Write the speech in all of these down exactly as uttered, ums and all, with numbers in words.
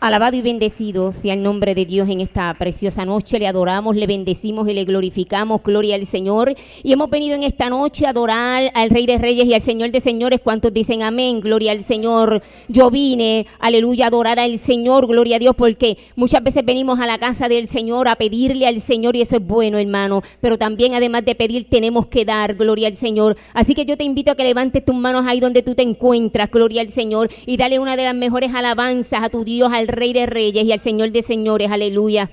Alabado y bendecido sea el nombre de Dios en esta preciosa noche. Le adoramos, le bendecimos y le glorificamos. Gloria al Señor. Y hemos venido en esta noche a adorar al Rey de Reyes y al Señor de Señores. ¿Cuántos dicen amén? Gloria al Señor. Yo vine, aleluya, a adorar al Señor. Gloria a Dios, porque muchas veces venimos a la casa del Señor a pedirle al Señor y eso es bueno, hermano. Pero también, además de pedir, tenemos que dar. Gloria al Señor. Así que yo te invito a que levantes tus manos ahí donde tú te encuentras. Gloria al Señor. Y dale una de las mejores alabanzas a tu Dios, al Rey de Reyes y al Señor de Señores, aleluya.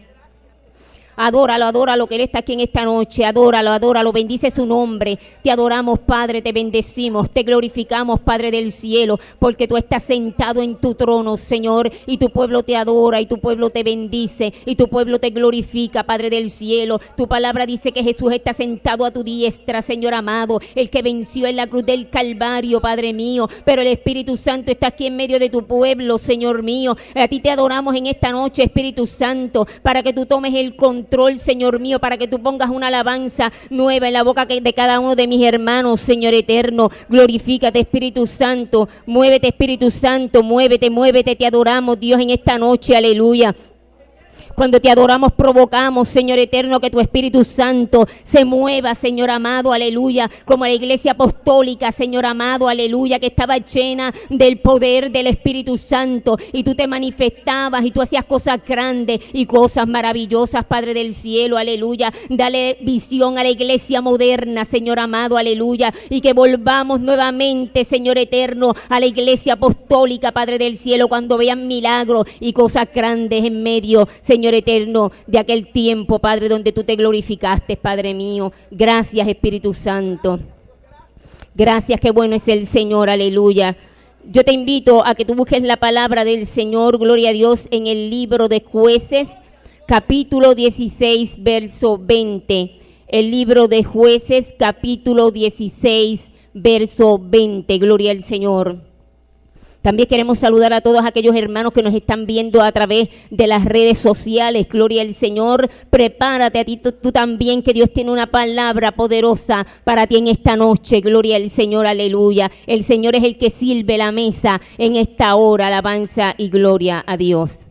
Adóralo, adóralo, que Él está aquí en esta noche. Adóralo, adóralo, bendice su nombre. Te adoramos, Padre, te bendecimos, te glorificamos, Padre del cielo, porque tú estás sentado en tu trono, Señor, y tu pueblo te adora, y tu pueblo te bendice, y tu pueblo te glorifica, Padre del cielo. Tu palabra dice que Jesús está sentado a tu diestra, Señor amado, el que venció en la cruz del Calvario, Padre mío, pero el Espíritu Santo está aquí en medio de tu pueblo, Señor mío. A ti te adoramos en esta noche, Espíritu Santo, para que tú tomes el control, Señor mío, para que tú pongas una alabanza nueva en la boca de cada uno de mis hermanos, Señor eterno. Glorifícate, Espíritu Santo, muévete, Espíritu Santo, muévete, muévete, te adoramos, Dios, en esta noche, aleluya. Cuando te adoramos, provocamos, Señor eterno, que tu Espíritu Santo se mueva, Señor amado, aleluya, como la iglesia apostólica, Señor amado, aleluya, que estaba llena del poder del Espíritu Santo, y tú te manifestabas y tú hacías cosas grandes y cosas maravillosas, Padre del cielo, aleluya. Dale visión a la iglesia moderna, Señor amado, aleluya, y que volvamos nuevamente, Señor eterno, a la iglesia apostólica, Padre del cielo, cuando vean milagros y cosas grandes en medio, Señor Señor eterno, de aquel tiempo, Padre, donde tú te glorificaste, Padre mío. Gracias, Espíritu Santo. Gracias, qué bueno es el Señor, aleluya. Yo te invito a que tú busques la palabra del Señor, gloria a Dios, en el libro de Jueces, capítulo dieciséis, verso veinte. El libro de Jueces, capítulo dieciséis, verso veinte. Gloria al Señor. También queremos saludar a todos aquellos hermanos que nos están viendo a través de las redes sociales. Gloria al Señor. Prepárate a ti tú, tú también, que Dios tiene una palabra poderosa para ti en esta noche. Gloria al Señor, aleluya. El Señor es el que sirve la mesa en esta hora. Alabanza y gloria a Dios.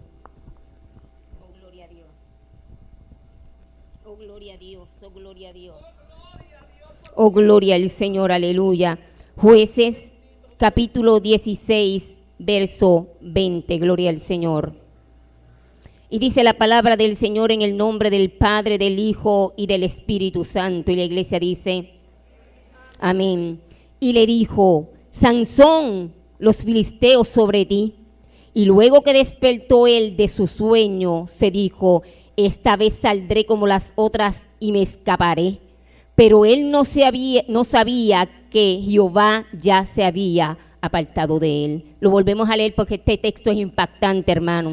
Oh, gloria a Dios. Oh, gloria a Dios. Oh, gloria a Dios. Oh, gloria al Señor, aleluya. Jueces, capítulo dieciséis, verso veinte, gloria al Señor. Y dice la palabra del Señor en el nombre del Padre, del Hijo y del Espíritu Santo. Y la iglesia dice, amén. Y le dijo, Sansón, los filisteos sobre ti. Y luego que despertó él de su sueño, se dijo, esta vez saldré como las otras y me escaparé. Pero él no, se había, no sabía que Jehová ya se había apartado de él. Lo volvemos a leer porque este texto es impactante, hermano.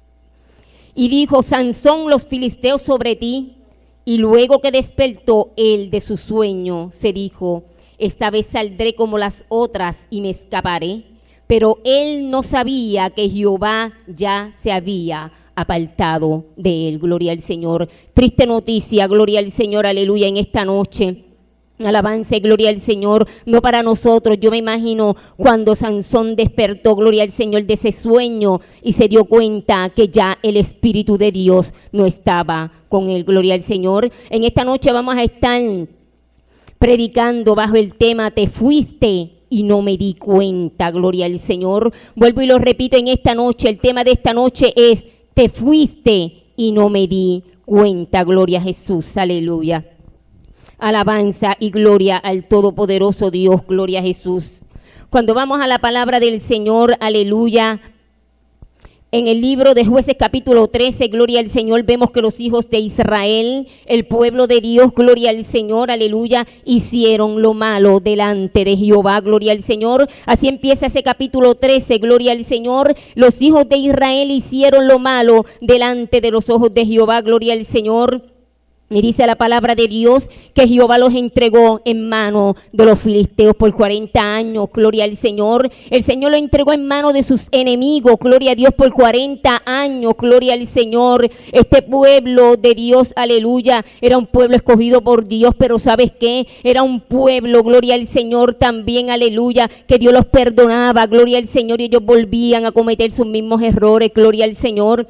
Y dijo, Sansón, los filisteos sobre ti. Y luego que despertó él de su sueño, se dijo, esta vez saldré como las otras y me escaparé. Pero él no sabía que Jehová ya se había apartado de él. Gloria al Señor. Triste noticia, gloria al Señor, aleluya, en esta noche. Alabanza y gloria al Señor, no para nosotros. Yo me imagino cuando Sansón despertó, gloria al Señor, de ese sueño y se dio cuenta que ya el Espíritu de Dios no estaba con él. Gloria al Señor. En esta noche vamos a estar predicando bajo el tema, te fuiste y no me di cuenta. Gloria al Señor. Vuelvo y lo repito en esta noche. El tema de esta noche es, te fuiste y no me di cuenta. Gloria a Jesús. Aleluya. Alabanza y gloria al Todopoderoso Dios, gloria a Jesús. Cuando vamos a la palabra del Señor, aleluya, en el libro de Jueces capítulo trece, gloria al Señor, vemos que los hijos de Israel, el pueblo de Dios, gloria al Señor, aleluya, hicieron lo malo delante de Jehová, gloria al Señor. Así empieza ese capítulo trece, gloria al Señor. Los hijos de Israel hicieron lo malo delante de los ojos de Jehová, gloria al Señor. Y dice la palabra de Dios que Jehová los entregó en mano de los filisteos por cuarenta años, gloria al Señor. El Señor lo entregó en mano de sus enemigos, gloria a Dios, por cuarenta años, gloria al Señor. Este pueblo de Dios, aleluya, era un pueblo escogido por Dios, pero ¿sabes qué? Era un pueblo, gloria al Señor, también, aleluya, que Dios los perdonaba, gloria al Señor, y ellos volvían a cometer sus mismos errores, gloria al Señor.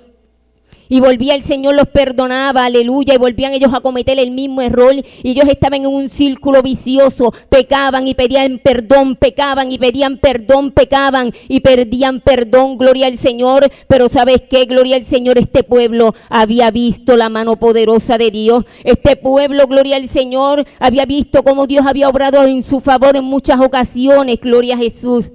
Y volvía el Señor, los perdonaba, aleluya, y volvían ellos a cometer el mismo error, y ellos estaban en un círculo vicioso, pecaban y pedían perdón, pecaban y pedían perdón, pecaban y perdían perdón, gloria al Señor. Pero ¿sabes qué? Gloria al Señor, este pueblo había visto la mano poderosa de Dios, este pueblo, gloria al Señor, había visto cómo Dios había obrado en su favor en muchas ocasiones, gloria a Jesús.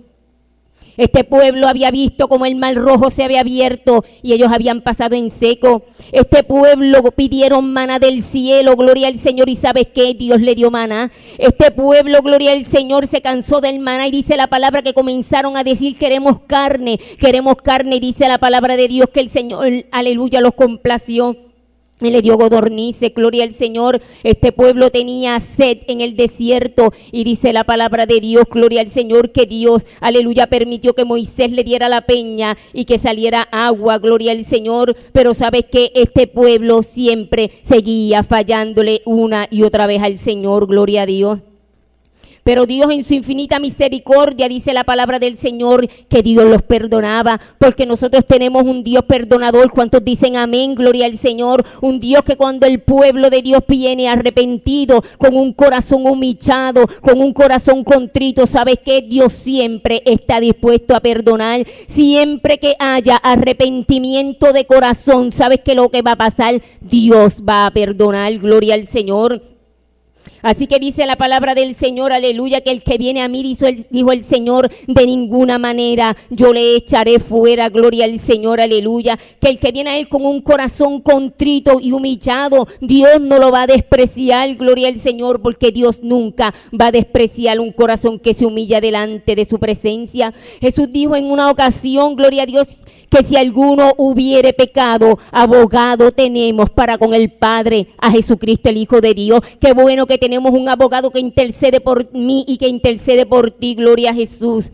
Este pueblo había visto cómo el mar rojo se había abierto y ellos habían pasado en seco. Este pueblo pidieron maná del cielo, gloria al Señor, y ¿sabes qué? Dios le dio maná. Este pueblo, gloria al Señor, se cansó del maná y dice la palabra que comenzaron a decir: queremos carne, queremos carne, y dice la palabra de Dios que el Señor, aleluya, los complació. Y le dio codornices, gloria al Señor. Este pueblo tenía sed en el desierto y dice la palabra de Dios, gloria al Señor, que Dios, aleluya, permitió que Moisés le diera la peña y que saliera agua, gloria al Señor. Pero sabes que este pueblo siempre seguía fallándole una y otra vez al Señor, gloria a Dios. Pero Dios en su infinita misericordia, dice la palabra del Señor, que Dios los perdonaba, porque nosotros tenemos un Dios perdonador. ¿Cuántos dicen amén? Gloria al Señor. Un Dios que cuando el pueblo de Dios viene arrepentido, con un corazón humillado, con un corazón contrito, ¿sabes qué? Dios siempre está dispuesto a perdonar. Siempre que haya arrepentimiento de corazón, ¿sabes qué? Lo que va a pasar? Dios va a perdonar. Gloria al Señor. Así que dice la palabra del Señor, aleluya, que el que viene a mí, dijo el, dijo el Señor, de ninguna manera yo le echaré fuera, gloria al Señor, aleluya. Que el que viene a Él con un corazón contrito y humillado, Dios no lo va a despreciar, gloria al Señor, porque Dios nunca va a despreciar un corazón que se humilla delante de su presencia. Jesús dijo en una ocasión, gloria a Dios, que si alguno hubiere pecado, abogado tenemos para con el Padre, a Jesucristo el Hijo de Dios. Qué bueno que tenemos un abogado que intercede por mí y que intercede por ti, gloria a Jesús.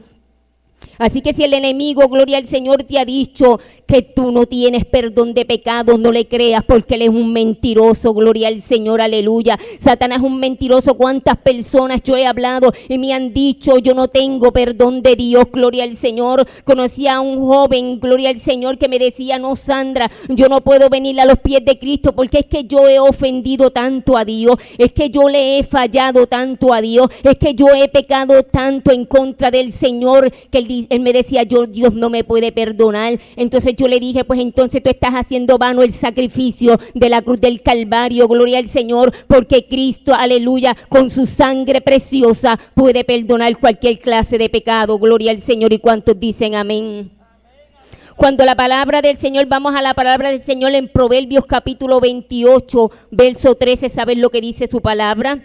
Así que si el enemigo, gloria al Señor, te ha dicho que tú no tienes perdón de pecado, no le creas, porque él es un mentiroso, gloria al Señor, aleluya. Satanás es un mentiroso. ¿Cuántas personas yo he hablado y me han dicho yo no tengo perdón de Dios, gloria al Señor? Conocí a un joven, gloria al Señor, que me decía: no, Sandra, yo no puedo venir a los pies de Cristo porque es que yo he ofendido tanto a Dios, es que yo le he fallado tanto a Dios, es que yo he pecado tanto en contra del Señor, que él, él me decía: yo, Dios no me puede perdonar. Entonces yo le dije: pues entonces tú estás haciendo vano el sacrificio de la cruz del Calvario, gloria al Señor, porque Cristo, aleluya, con su sangre preciosa puede perdonar cualquier clase de pecado, gloria al Señor. ¿Y cuántos dicen amén? Cuando la palabra del Señor, vamos a la palabra del Señor en Proverbios capítulo veintiocho, verso trece, ¿sabes lo que dice su palabra?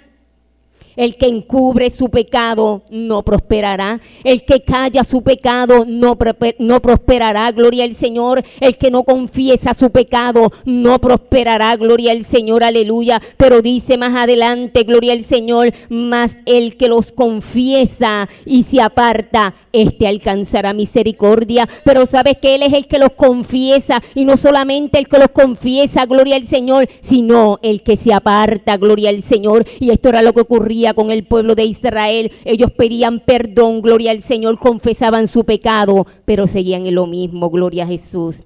El que encubre su pecado no prosperará. El que calla su pecado no, no prosperará, gloria al Señor. El que no confiesa su pecado no prosperará, gloria al Señor, aleluya. Pero dice más adelante, gloria al Señor, más el que los confiesa y se aparta, este alcanzará misericordia. Pero sabes que Él es el que los confiesa, y no solamente el que los confiesa, gloria al Señor, sino el que se aparta, gloria al Señor. Y esto era lo que ocurría con el pueblo de Israel. Ellos pedían perdón, gloria al Señor, confesaban su pecado, pero seguían en lo mismo, gloria a Jesús.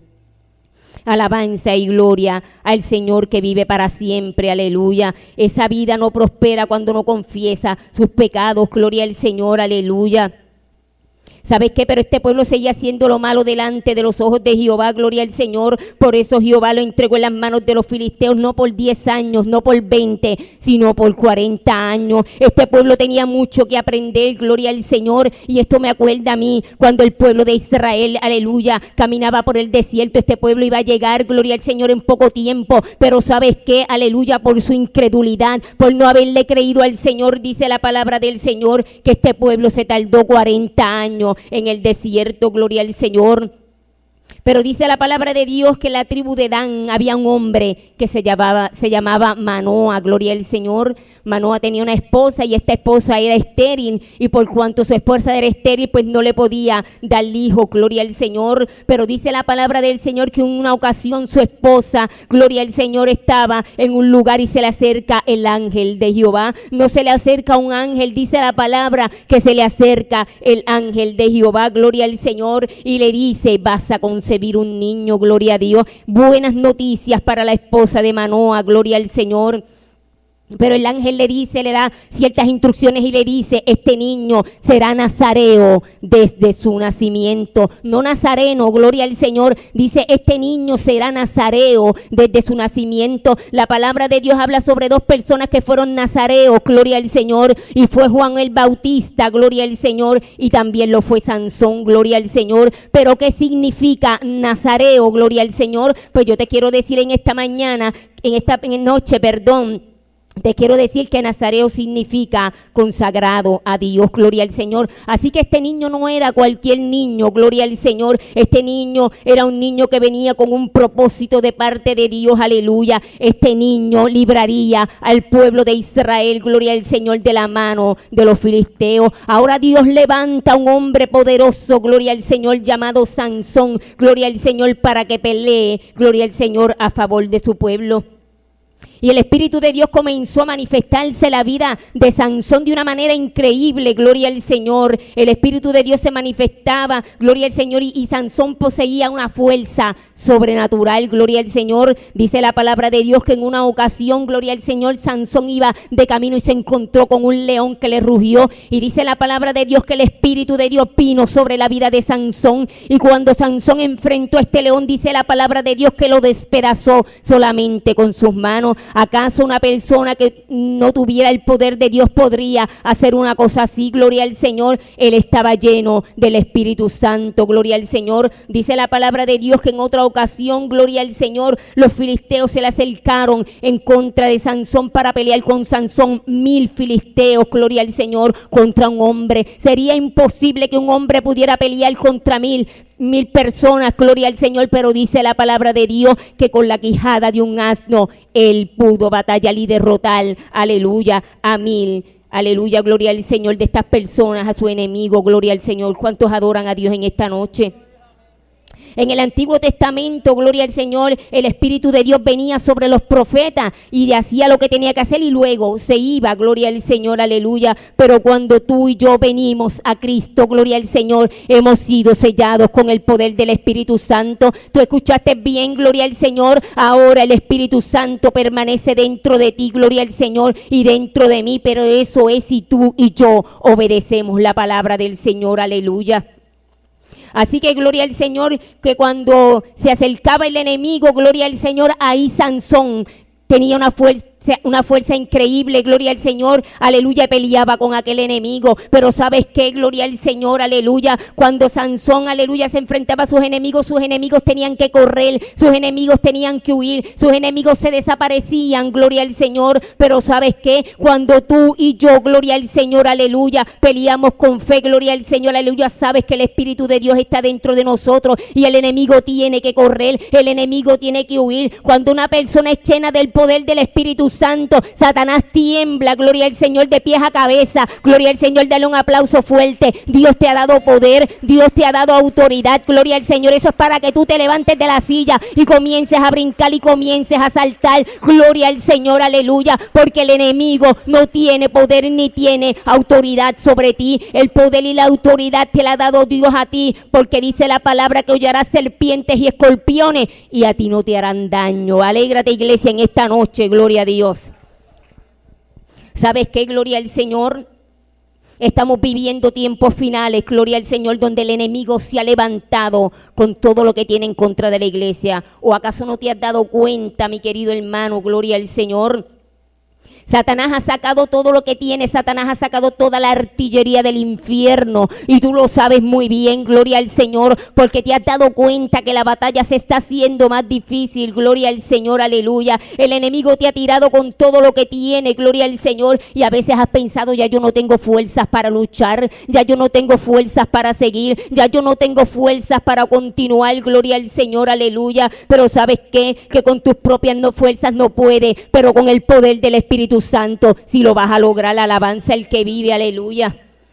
Alabanza y gloria al Señor que vive para siempre, aleluya. Esa vida no prospera cuando no confiesa sus pecados, gloria al Señor, aleluya. ¿Sabes qué? Pero este pueblo seguía haciendo lo malo delante de los ojos de Jehová, gloria al Señor. Por eso Jehová lo entregó en las manos de los filisteos, no por diez años, no por veinte, sino por cuarenta años. Este pueblo tenía mucho que aprender, gloria al Señor. Y esto me acuerda a mí, cuando el pueblo de Israel, aleluya, caminaba por el desierto. Este pueblo iba a llegar, gloria al Señor, en poco tiempo. Pero ¿sabes qué? Aleluya, por su incredulidad, por no haberle creído al Señor, dice la palabra del Señor, que este pueblo se tardó cuarenta años en el desierto, gloria al Señor. Pero dice la palabra de Dios que en la tribu de Dan había un hombre que se llamaba, se llamaba Manoa, gloria al Señor. Manoa tenía una esposa y esta esposa era estéril, y por cuanto su esposa era estéril, pues no le podía dar hijo, gloria al Señor. Pero dice la palabra del Señor que en una ocasión su esposa, gloria al Señor, estaba en un lugar y se le acerca el ángel de Jehová. No se le acerca un ángel, dice la palabra que se le acerca el ángel de Jehová, gloria al Señor, y le dice: vas a concebir un niño, gloria a Dios. Buenas noticias para la esposa de Manoa, gloria al Señor. Pero el ángel le dice, le da ciertas instrucciones y le dice: este niño será nazareo desde su nacimiento. No nazareno, gloria al Señor. Dice: este niño será nazareo desde su nacimiento. La palabra de Dios habla sobre dos personas que fueron nazareos, gloria al Señor. Y fue Juan el Bautista, gloria al Señor. Y también lo fue Sansón, gloria al Señor. Pero ¿qué significa nazareo, gloria al Señor? Pues yo te quiero decir en esta mañana, en esta noche, perdón. Te quiero decir que nazareo significa consagrado a Dios, gloria al Señor. Así que este niño no era cualquier niño, gloria al Señor. Este niño era un niño que venía con un propósito de parte de Dios, aleluya. Este niño libraría al pueblo de Israel, gloria al Señor, de la mano de los filisteos. Ahora Dios levanta a un hombre poderoso, gloria al Señor, llamado Sansón, gloria al Señor, para que pelee, gloria al Señor, a favor de su pueblo. Y el Espíritu de Dios comenzó a manifestarse en la vida de Sansón de una manera increíble, gloria al Señor. El Espíritu de Dios se manifestaba, gloria al Señor, y, y Sansón poseía una fuerza sobrenatural, gloria al Señor. Dice la palabra de Dios que en una ocasión, gloria al Señor, Sansón iba de camino y se encontró con un león que le rugió. Y dice la palabra de Dios que el Espíritu de Dios vino sobre la vida de Sansón. Y cuando Sansón enfrentó a este león, dice la palabra de Dios que lo despedazó solamente con sus manos. ¿Acaso una persona que no tuviera el poder de Dios podría hacer una cosa así? Gloria al Señor. Él estaba lleno del Espíritu Santo, gloria al Señor. Dice la palabra de Dios que en otra ocasión, gloria al Señor, los filisteos se le acercaron en contra de Sansón para pelear con Sansón. Mil filisteos, gloria al Señor, contra un hombre. Sería imposible que un hombre pudiera pelear contra mil mil personas, gloria al Señor, pero dice la palabra de Dios que con la quijada de un asno él pudo batallar y derrotar, aleluya, a mil, aleluya, gloria al Señor, de estas personas, a su enemigo, gloria al Señor. ¿Cuántos adoran a Dios en esta noche? En el Antiguo Testamento, gloria al Señor, el Espíritu de Dios venía sobre los profetas y hacía lo que tenía que hacer y luego se iba, gloria al Señor, aleluya. Pero cuando tú y yo venimos a Cristo, gloria al Señor, hemos sido sellados con el poder del Espíritu Santo. Tú escuchaste bien, gloria al Señor. Ahora el Espíritu Santo permanece dentro de ti, gloria al Señor, y dentro de mí, pero eso es si tú y yo obedecemos la palabra del Señor, aleluya. Así que gloria al Señor, que cuando se acercaba el enemigo, gloria al Señor, ahí Sansón tenía una fuerza, una fuerza increíble, gloria al Señor, aleluya, peleaba con aquel enemigo. Pero ¿sabes qué? Gloria al Señor, aleluya, cuando Sansón, aleluya, se enfrentaba a sus enemigos, sus enemigos tenían que correr, sus enemigos tenían que huir, sus enemigos se desaparecían, gloria al Señor. Pero ¿sabes qué? Cuando tú y yo, gloria al Señor, aleluya, peleamos con fe, gloria al Señor, aleluya, sabes que el Espíritu de Dios está dentro de nosotros y el enemigo tiene que correr, el enemigo tiene que huir. Cuando una persona es llena del poder del Espíritu Santo, Satanás tiembla, gloria al Señor, de pies a cabeza, gloria al Señor. Dale un aplauso fuerte. Dios te ha dado poder, Dios te ha dado autoridad, gloria al Señor. Eso es para que tú te levantes de la silla y comiences a brincar y comiences a saltar, gloria al Señor, aleluya, porque el enemigo no tiene poder ni tiene autoridad sobre ti. El poder y la autoridad te la ha dado Dios a ti, porque dice la palabra que hollarás serpientes y escorpiones y a ti no te harán daño. Alégrate, iglesia, en esta noche, gloria a Dios. ¿Sabes qué? Gloria al Señor. Estamos viviendo tiempos finales, gloria al Señor, donde el enemigo se ha levantado con todo lo que tiene en contra de la iglesia. ¿O acaso no te has dado cuenta, mi querido hermano, gloria al Señor? Satanás ha sacado todo lo que tiene, Satanás ha sacado toda la artillería del infierno y tú lo sabes muy bien, gloria al Señor, porque te has dado cuenta que la batalla se está haciendo más difícil, gloria al Señor, aleluya. El enemigo te ha tirado con todo lo que tiene, gloria al Señor, y a veces has pensado, ya yo no tengo fuerzas para luchar, ya yo no tengo fuerzas para seguir, ya yo no tengo fuerzas para continuar, gloria al Señor, aleluya. Pero ¿sabes qué? Que con tus propias no fuerzas no puedes, pero con el poder del Espíritu Santo, si lo vas a lograr, alabanza el que vive, aleluya.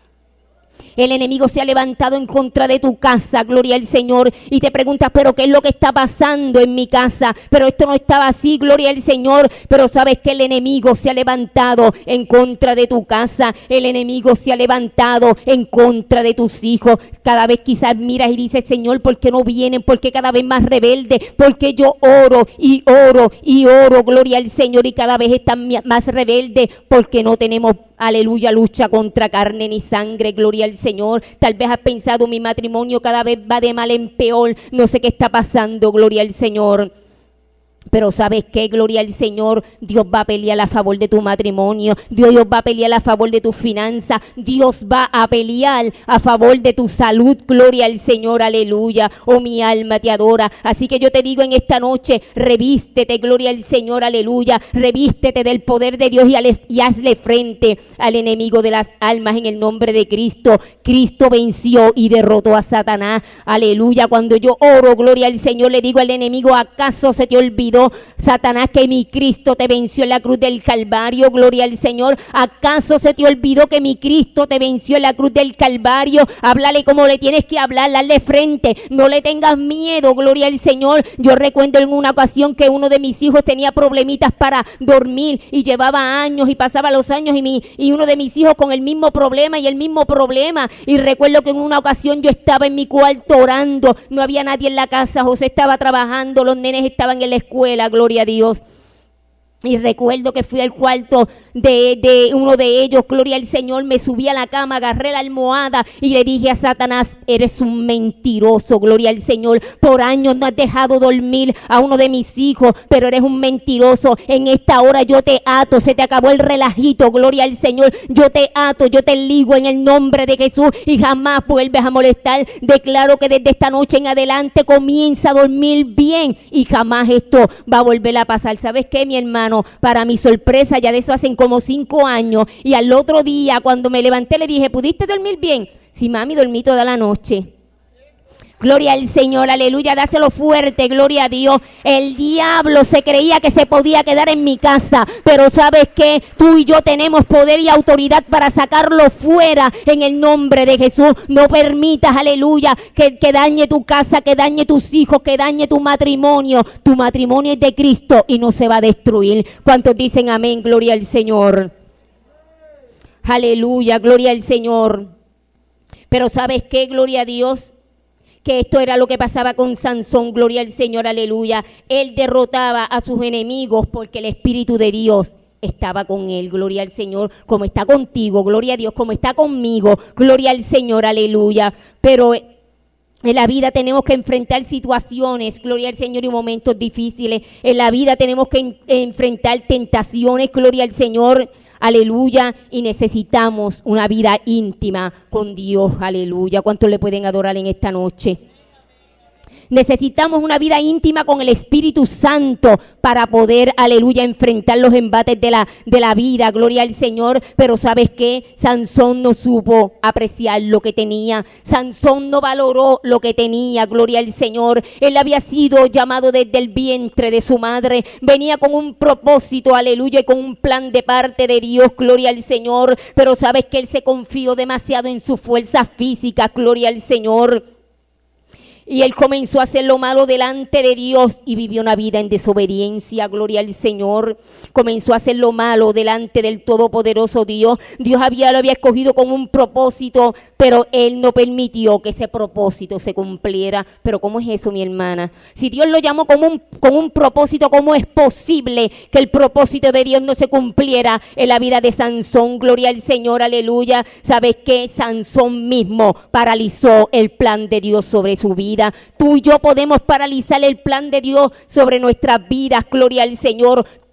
El enemigo se ha levantado en contra de tu casa, gloria al Señor, y te preguntas, pero ¿qué es lo que está pasando en mi casa? Pero esto no estaba así, gloria al Señor, pero sabes que el enemigo se ha levantado en contra de tu casa, el enemigo se ha levantado en contra de tus hijos. Cada vez quizás miras y dices, Señor, ¿por qué no vienen? ¿Por qué cada vez más rebelde? Porque yo oro y oro y oro, gloria al Señor, y cada vez están más rebeldes porque no tenemos, aleluya, lucha contra carne ni sangre, gloria al Señor. Tal vez has pensado, mi matrimonio cada vez va de mal en peor, no sé qué está pasando, gloria al Señor. Pero ¿sabes qué? Gloria al Señor, Dios va a pelear a favor de tu matrimonio, Dios va a pelear a favor de tus finanzas, Dios va a pelear a favor de tu salud, gloria al Señor, aleluya. Oh, mi alma te adora. Así que yo te digo en esta noche, revístete, gloria al Señor, aleluya, revístete del poder de Dios y, ale, y hazle frente al enemigo de las almas en el nombre de Cristo. Cristo venció y derrotó a Satanás, aleluya. Cuando yo oro, gloria al Señor, le digo al enemigo, ¿acaso se te olvidó, Satanás, que mi Cristo te venció en la cruz del Calvario? Gloria al Señor. ¿Acaso se te olvidó que mi Cristo te venció en la cruz del Calvario? Háblale como le tienes que hablar, dale frente, no le tengas miedo, gloria al Señor. Yo recuerdo en una ocasión que uno de mis hijos tenía problemitas para dormir y llevaba años y pasaba los años y, mi, y uno de mis hijos con el mismo problema y el mismo problema. Y recuerdo que en una ocasión yo estaba en mi cuarto orando, no había nadie en la casa, José estaba trabajando, los nenes estaban en la escuela, gloria a Dios. Y recuerdo que fui al cuarto de, de uno de ellos, gloria al Señor, me subí a la cama, agarré la almohada y le dije a Satanás, eres un mentiroso, gloria al Señor, por años no has dejado dormir a uno de mis hijos, pero eres un mentiroso. En esta hora yo te ato, se te acabó el relajito, gloria al Señor, yo te ato, yo te ligo en el nombre de Jesús y jamás vuelves a molestar. Declaro que desde esta noche en adelante comienza a dormir bien y jamás esto va a volver a pasar. ¿Sabes qué, mi hermano? Para mi sorpresa, ya de eso hacen como cinco años, y al otro día cuando me levanté le dije, ¿pudiste dormir bien? Sí, mami, dormí toda la noche. Gloria al Señor, aleluya, dáselo fuerte, gloria a Dios. El diablo se creía que se podía quedar en mi casa, pero ¿sabes qué? Tú y yo tenemos poder y autoridad para sacarlo fuera en el nombre de Jesús. No permitas, aleluya, que, que dañe tu casa, que dañe tus hijos, que dañe tu matrimonio. Tu matrimonio es de Cristo y no se va a destruir. ¿Cuántos dicen amén? Gloria al Señor. Aleluya, gloria al Señor. Pero ¿sabes qué? Gloria a Dios. Que esto era lo que pasaba con Sansón, gloria al Señor, aleluya. Él derrotaba a sus enemigos porque el Espíritu de Dios estaba con él, gloria al Señor, como está contigo, gloria a Dios, como está conmigo, gloria al Señor, aleluya. Pero en la vida tenemos que enfrentar situaciones, gloria al Señor, y momentos difíciles. En la vida tenemos que en, enfrentar tentaciones, gloria al Señor, aleluya, y necesitamos una vida íntima con Dios, aleluya. ¿Cuántos le pueden adorar en esta noche? Necesitamos una vida íntima con el Espíritu Santo para poder, aleluya, enfrentar los embates de la, de la vida, gloria al Señor. Pero ¿sabes qué? Sansón no supo apreciar lo que tenía. Sansón no valoró lo que tenía, gloria al Señor. Él había sido llamado desde el vientre de su madre. Venía con un propósito, aleluya, y con un plan de parte de Dios, gloria al Señor. Pero ¿sabes qué? Él se confió demasiado en sus fuerzas físicas, gloria al Señor. Y él comenzó a hacer lo malo delante de Dios y vivió una vida en desobediencia, gloria al Señor. Comenzó a hacer lo malo delante del todopoderoso Dios. Dios había, lo había escogido con un propósito, pero él no permitió que ese propósito se cumpliera. Pero ¿cómo es eso, mi hermana? Si Dios lo llamó con un, con un propósito, ¿cómo es posible que el propósito de Dios no se cumpliera en la vida de Sansón? Gloria al Señor, aleluya. ¿Sabes qué? Sansón mismo paralizó el plan de Dios sobre su vida. Tú y yo podemos paralizar el plan de Dios sobre nuestras vidas, gloria al Señor.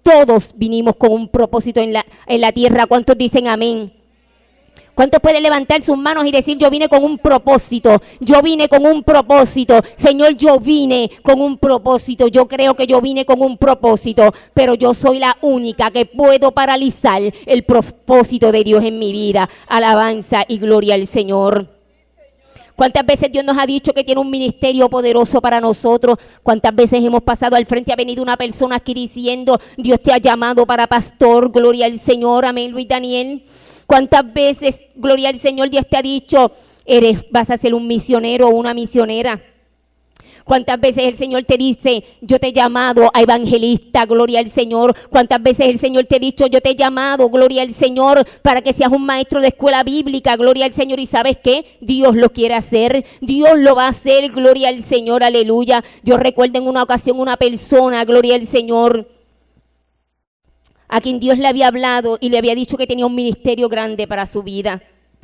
todos vinimos con un propósito en la, en la tierra. ¿Cuántos dicen amén? ¿Cuántos pueden levantar sus manos y decir, yo vine con un propósito, yo vine con un propósito, Señor, yo vine con un propósito, yo creo que yo vine con un propósito, pero yo soy la única que puedo paralizar el propósito de Dios en mi vida? Alabanza y gloria al Señor. ¿Cuántas veces Dios nos ha dicho que tiene un ministerio poderoso para nosotros? ¿Cuántas veces hemos pasado al frente? Ha venido una persona aquí diciendo, Dios te ha llamado para pastor, gloria al Señor, amén, Luis Daniel. ¿Cuántas veces, gloria al Señor, Dios te ha dicho, eres, vas a ser un misionero o una misionera? ¿Cuántas veces el Señor te dice, yo te he llamado a evangelista, gloria al Señor? ¿Cuántas veces el Señor te ha dicho, yo te he llamado, gloria al Señor, para que seas un maestro de escuela bíblica, gloria al Señor? ¿Y sabes qué? Dios lo quiere hacer, Dios lo va a hacer, gloria al Señor, aleluya. Yo recuerdo en una ocasión una persona, gloria al Señor, a quien Dios le había hablado y le había dicho que tenía un ministerio grande para su vida.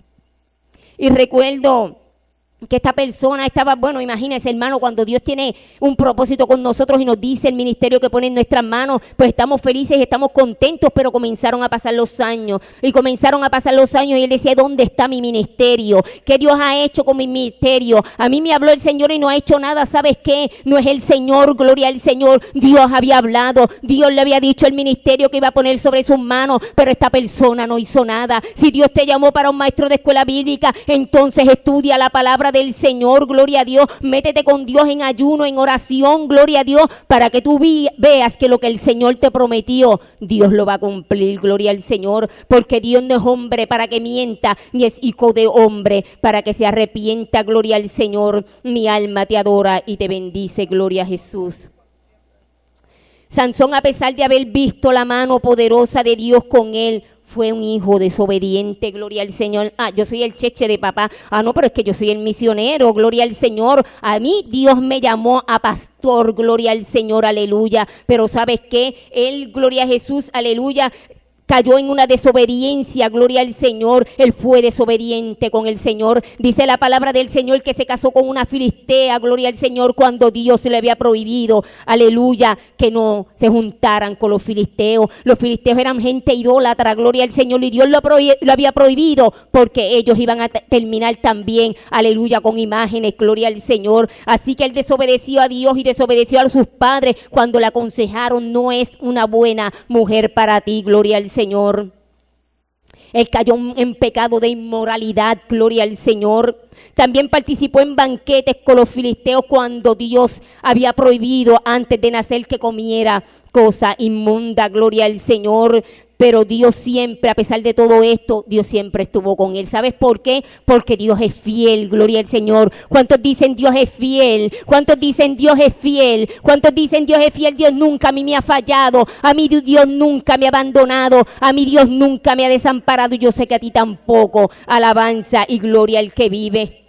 Y recuerdo que esta persona estaba, bueno, imagínense, hermano, cuando Dios tiene un propósito con nosotros y nos dice el ministerio que pone en nuestras manos, pues estamos felices y estamos contentos, pero comenzaron a pasar los años, y comenzaron a pasar los años y él decía, ¿dónde está mi ministerio? ¿Qué Dios ha hecho con mi ministerio? A mí me habló el Señor y no ha hecho nada. ¿Sabes qué? No es el Señor, gloria al Señor. Dios había hablado, Dios le había dicho el ministerio que iba a poner sobre sus manos, pero esta persona no hizo nada. Si Dios te llamó para un maestro de escuela bíblica, entonces estudia la palabra del Señor, gloria a Dios, métete con Dios en ayuno, en oración, gloria a Dios, para que tú vi, veas que lo que el Señor te prometió, Dios lo va a cumplir, gloria al Señor, porque Dios no es hombre para que mienta, ni es hijo de hombre para que se arrepienta, gloria al Señor. Mi alma te adora y te bendice, gloria a Jesús. Sansón, a pesar de haber visto la mano poderosa de Dios con él, fue un hijo desobediente, gloria al Señor. Ah, yo soy el cheche de papá. Ah, no, pero es que yo soy el misionero, gloria al Señor. A mí Dios me llamó a pastor, gloria al Señor, aleluya. Pero ¿sabes qué? Él, gloria a Jesús, aleluya, cayó en una desobediencia, gloria al Señor. Él fue desobediente con el Señor. Dice la palabra del Señor que se casó con una filistea, gloria al Señor, cuando Dios le había prohibido, aleluya, que no se juntaran con los filisteos. Los filisteos eran gente idólatra, gloria al Señor, y Dios lo, prohib- lo había prohibido porque ellos iban a t- terminar también, aleluya, con imágenes, gloria al Señor. Así que él desobedeció a Dios y desobedeció a sus padres cuando le aconsejaron, no es una buena mujer para ti, gloria al Señor. Señor. Él cayó en pecado de inmoralidad, gloria al Señor. También participó en banquetes con los filisteos cuando Dios había prohibido antes de nacer que comiera cosa inmunda, gloria al Señor. Pero Dios siempre, a pesar de todo esto, Dios siempre estuvo con él. ¿Sabes por qué? Porque Dios es fiel, gloria al Señor. ¿Cuántos dicen Dios es fiel? ¿Cuántos dicen Dios es fiel? ¿Cuántos dicen Dios es fiel? Dios nunca a mí me ha fallado. A mí Dios nunca me ha abandonado. A mí Dios nunca me ha desamparado. Y yo sé que a ti tampoco. Alabanza y gloria al que vive.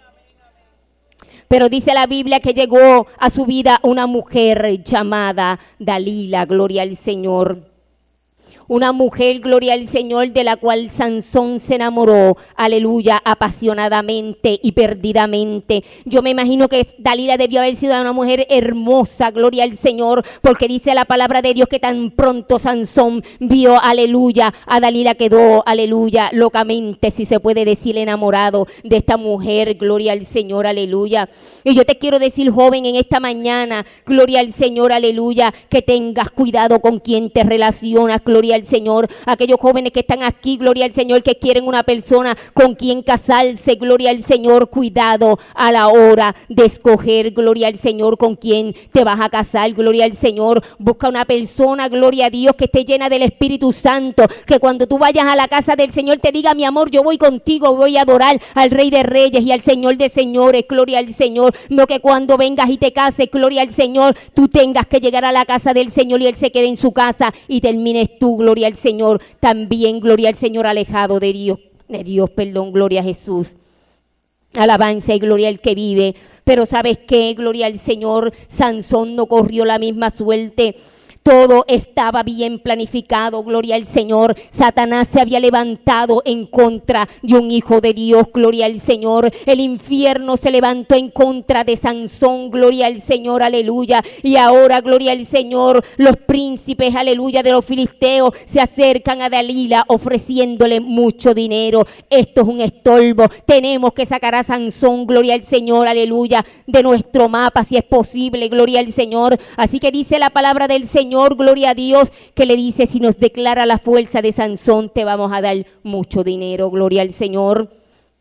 Pero dice la Biblia que llegó a su vida una mujer llamada Dalila, gloria al Señor. Una mujer, gloria al Señor, de la cual Sansón se enamoró, aleluya, apasionadamente y perdidamente. Yo me imagino que Dalila debió haber sido una mujer hermosa, gloria al Señor, porque dice la palabra de Dios que tan pronto Sansón vio, aleluya, a Dalila quedó, aleluya, locamente, si se puede decir, enamorado de esta mujer, gloria al Señor, aleluya. Y yo te quiero decir, joven, en esta mañana, gloria al Señor, aleluya, que tengas cuidado con quien te relacionas, gloria al Señor. Aquellos jóvenes que están aquí, gloria al Señor, que quieren una persona con quien casarse, gloria al Señor, cuidado a la hora de escoger, gloria al Señor, con quien te vas a casar, gloria al Señor. Busca una persona, gloria a Dios, que esté llena del Espíritu Santo, que cuando tú vayas a la casa del Señor te diga, mi amor, yo voy contigo, voy a adorar al Rey de Reyes y al Señor de Señores, gloria al Señor. No que cuando vengas y te cases, gloria al Señor, tú tengas que llegar a la casa del Señor y Él se quede en su casa y termines tú, gloria al Señor, también, gloria al Señor, alejado de Dios, de Dios, perdón, gloria a Jesús. Alabanza y gloria al que vive. Pero ¿sabes qué? Gloria al Señor, Sansón no corrió la misma suerte. Todo estaba bien planificado, gloria al Señor. Satanás se había levantado en contra de un hijo de Dios, gloria al Señor. El infierno se levantó en contra de Sansón, gloria al Señor, aleluya. Y ahora, gloria al Señor, los príncipes, aleluya, de los filisteos se acercan a Dalila ofreciéndole mucho dinero. Esto es un estorbo. Tenemos que sacar a Sansón, gloria al Señor, aleluya, de nuestro mapa, si es posible, gloria al Señor. Así que dice la palabra del Señor, gloria a Dios, que le dice: si nos declara la fuerza de Sansón, te vamos a dar mucho dinero, gloria al Señor.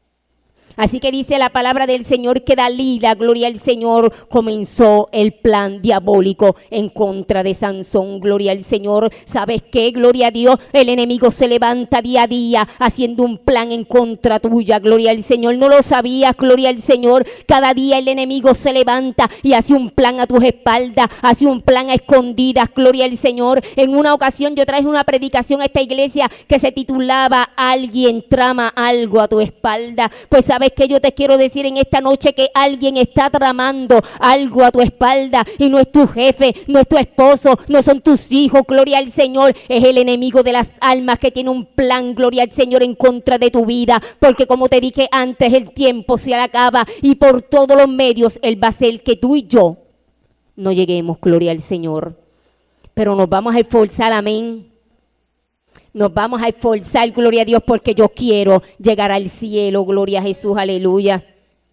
Así que dice la palabra del Señor que Dalila, gloria al Señor, comenzó el plan diabólico en contra de Sansón, gloria al Señor. ¿Sabes qué? Gloria a Dios, el enemigo se levanta día a día haciendo un plan en contra tuya, gloria al Señor. No lo sabías, gloria al Señor. Cada día el enemigo se levanta y hace un plan a tus espaldas, hace un plan a escondidas, gloria al Señor. En una ocasión yo traje una predicación a esta iglesia que se titulaba "Alguien trama algo a tu espalda". Pues sabes que yo te quiero decir en esta noche que alguien está tramando algo a tu espalda, y no es tu jefe, no es tu esposo, no son tus hijos, gloria al Señor. Es el enemigo de las almas que tiene un plan, gloria al Señor, en contra de tu vida, porque como te dije antes, el tiempo se acaba y por todos los medios Él va a hacer que tú y yo no lleguemos, gloria al Señor. Pero nos vamos a esforzar, amén. Nos vamos a esforzar, gloria a Dios, porque yo quiero llegar al cielo, gloria a Jesús, aleluya.